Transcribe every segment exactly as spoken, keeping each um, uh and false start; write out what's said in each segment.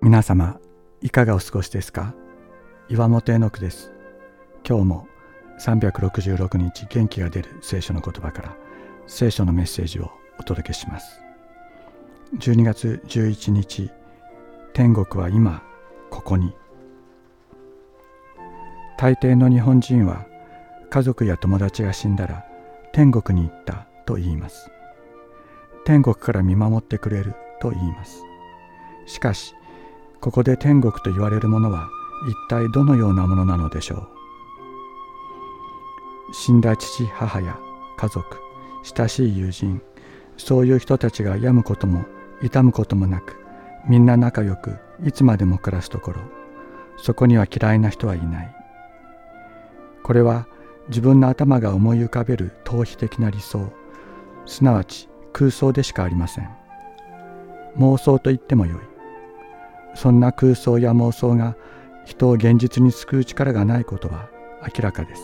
皆様いかがお過ごしですか。岩本絵の句です。今日もさんびゃくろくじゅうろくにち元気が出る聖書の言葉から聖書のメッセージをお届けします。じゅうにがつじゅういちにち、天国は今ここに。大抵の日本人は家族や友達が死んだら天国に行ったと言います。天国から見守ってくれると言います。しかしここで天国と言われるものは一体どのようなものなのでしょう。死んだ父母や家族、親しい友人、そういう人たちが病むことも痛むこともなく、みんな仲良くいつまでも暮らすところ、そこには嫌いな人はいない。これは自分の頭が思い浮かべる逃避的な理想、すなわち空想でしかありません。妄想と言ってもよい。そんな空想や妄想が人を現実に救う力がないことは明らかです。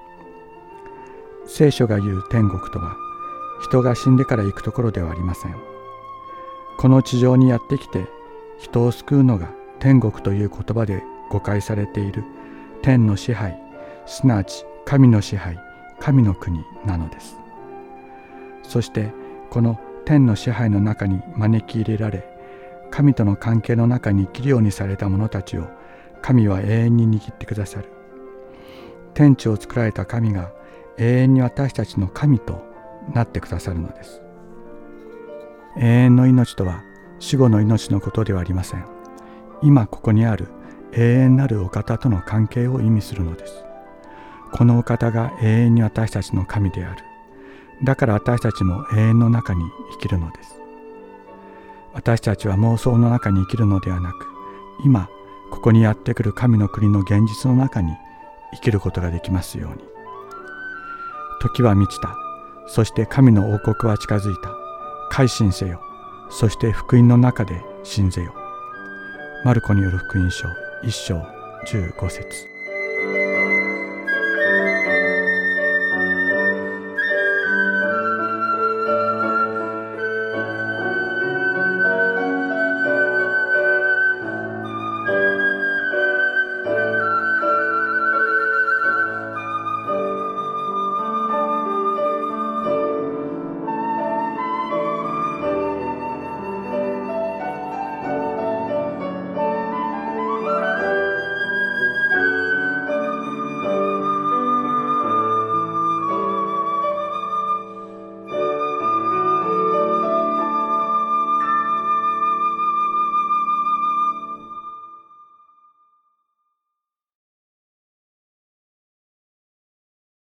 聖書が言う天国とは、人が死んでから行くところではありません。この地上にやってきて人を救うのが天国という言葉で誤解されている天の支配、すなわち神の支配、神の国なのです。そしてこの天の支配の中に招き入れられ、神との関係の中に生きるようにされた者たちを神は永遠に握ってくださる。天地を作られた神が永遠に私たちの神となってくださるのです。永遠の命とは死後の命のことではありません。今ここにある永遠なるお方との関係を意味するのです。このお方が永遠に私たちの神である。だから私たちも永遠の中に生きるのです。私たちは妄想の中に生きるのではなく、今ここにやってくる神の国の現実の中に生きることができますように。時は満ちた。そして神の王国は近づいた。改心せよ。そして福音の中で信ぜよ。マルコによる福音書いっしょうじゅうごせつ。